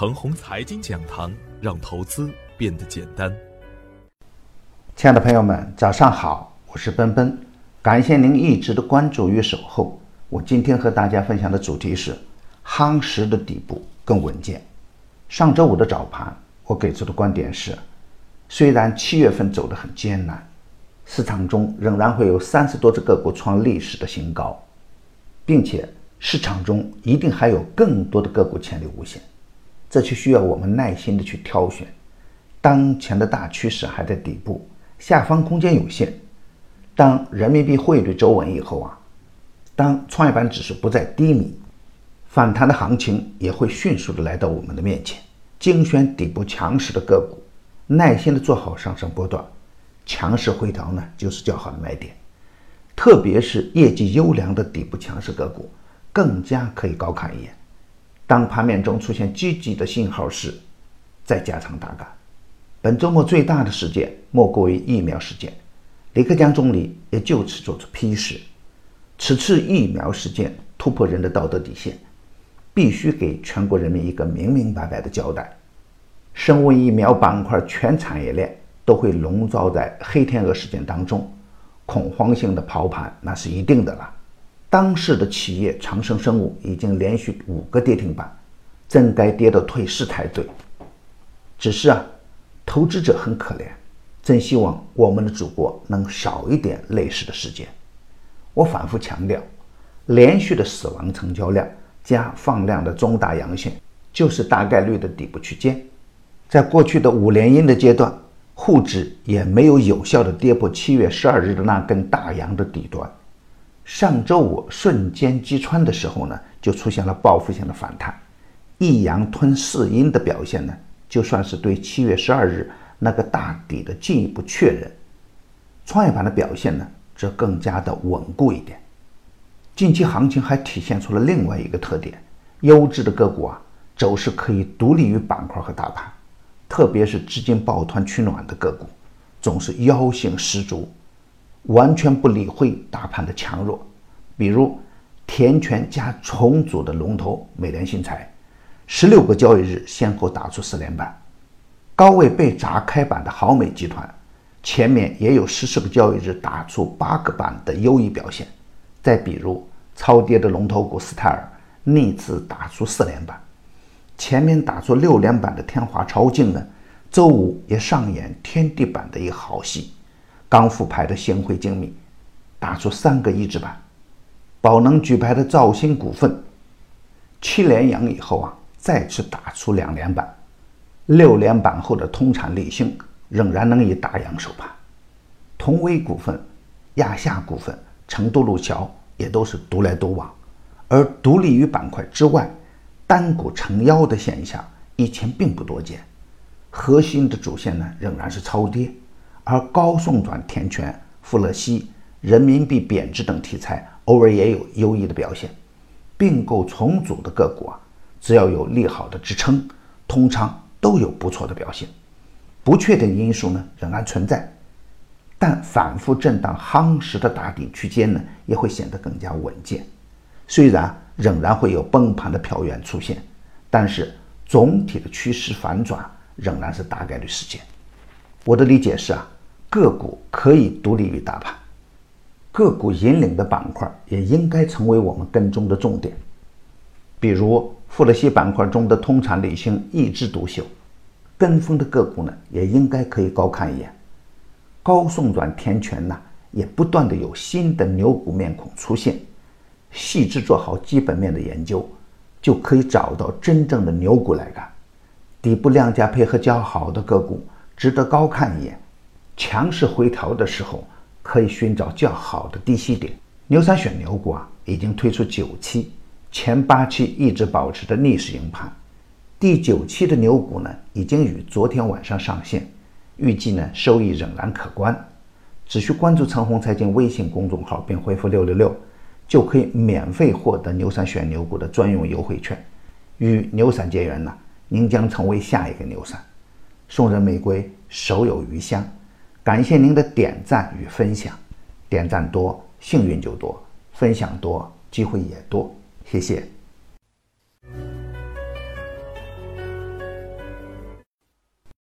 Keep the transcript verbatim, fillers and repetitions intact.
程红财经讲堂，让投资变得简单。 亲爱的朋友们，早上好，我是奔奔，感谢您一直的关注与守候。我今天和大家分享的主题是夯实的底部更稳健。上周五的早盘，我给出的观点是，虽然七月份走得很艰难，市场中仍然会有三十多只个股创历史的新高，并且市场中一定还有更多的个股潜力无限，这就需要我们耐心的去挑选。当前的大趋势还在底部，下方空间有限。当人民币汇率走稳以后啊，当创业板指数不再低迷，反弹的行情也会迅速的来到我们的面前。精选底部强势的个股，耐心的做好上升波段，强势回调呢就是较好的买点。特别是业绩优良的底部强势个股，更加可以高看一眼。当盘面中出现积极的信号时，再加仓打干。本周末最大的事件莫过于疫苗事件，李克强总理也就此做出批示。此次疫苗事件突破人的道德底线，必须给全国人民一个明明白白的交代。生物疫苗板块全产业链都会笼罩在黑天鹅事件当中，恐慌性的抛盘那是一定的了。当时的企业长生生物已经连续五个跌停板，真该跌到退市才对。只是啊，投资者很可怜，真希望我们的祖国能少一点类似的事件。我反复强调，连续的死亡成交量加放量的中大阳线，就是大概率的底部区间。在过去的五连阴的阶段，沪指也没有有效的跌破七月十二日的那根大阳的底端。上周五瞬间击穿的时候呢，就出现了报复性的反弹，一阳吞四阴的表现呢，就算是对七月十二日那个大底的进一步确认。创业板的表现呢，则更加的稳固一点。近期行情还体现出了另外一个特点，优质的个股啊，走势可以独立于板块和大盘，特别是资金抱团取暖的个股，总是妖性十足，完全不理会大盘的强弱。比如填权加重组的龙头美联新材，十六个交易日先后打出四连板。高位被砸开板的豪美集团，前面也有十四个交易日打出八个板的优异表现。再比如超跌的龙头股斯泰尔，逆次打出四连板。前面打出六连板的天华超净呢，周五也上演天地板的一个好戏。刚复牌的星汇精密打出三个一字板，宝能举牌的兆鑫股份七连阳以后啊，再次打出两连板。六连板后的通产力星仍然能以大阳收盘。同威股份、亚夏股份、成都路桥也都是独来独往。而独立于板块之外，单股撑腰的现象以前并不多见。核心的主线呢仍然是超跌，而高送转填权、富勒烯、人民币贬值等题材偶尔也有优异的表现。并购重组的个股啊，只要有利好的支撑，通常都有不错的表现。不确定因素呢仍然存在，但反复震荡夯实的大底区间呢也会显得更加稳健。虽然仍然会有崩盘的票源出现，但是总体的趋势反转仍然是大概率事件。我的理解是啊，个股可以独立于大盘，个股引领的板块也应该成为我们跟踪的重点。比如富勒烯板块中的通产力星一枝独秀，跟风的个股呢也应该可以高看一眼。高送转填权呢也不断的有新的牛股面孔出现，细致做好基本面的研究，就可以找到真正的牛股来干。底部量价配合较好的个股值得高看一眼。强势回调的时候可以寻找较好的低吸点。牛散选牛股啊已经推出九期，前八期一直保持着逆势赢盘。第九期的牛股呢已经于昨天晚上上线，预计呢收益仍然可观。只需关注陈红财经微信公众号并回复六六六，就可以免费获得牛散选牛股的专用优惠券。与牛散结缘呢，您将成为下一个牛散。送人玫瑰，手有余香。感谢您的点赞与分享，点赞多幸运就多，分享多机会也多，谢谢。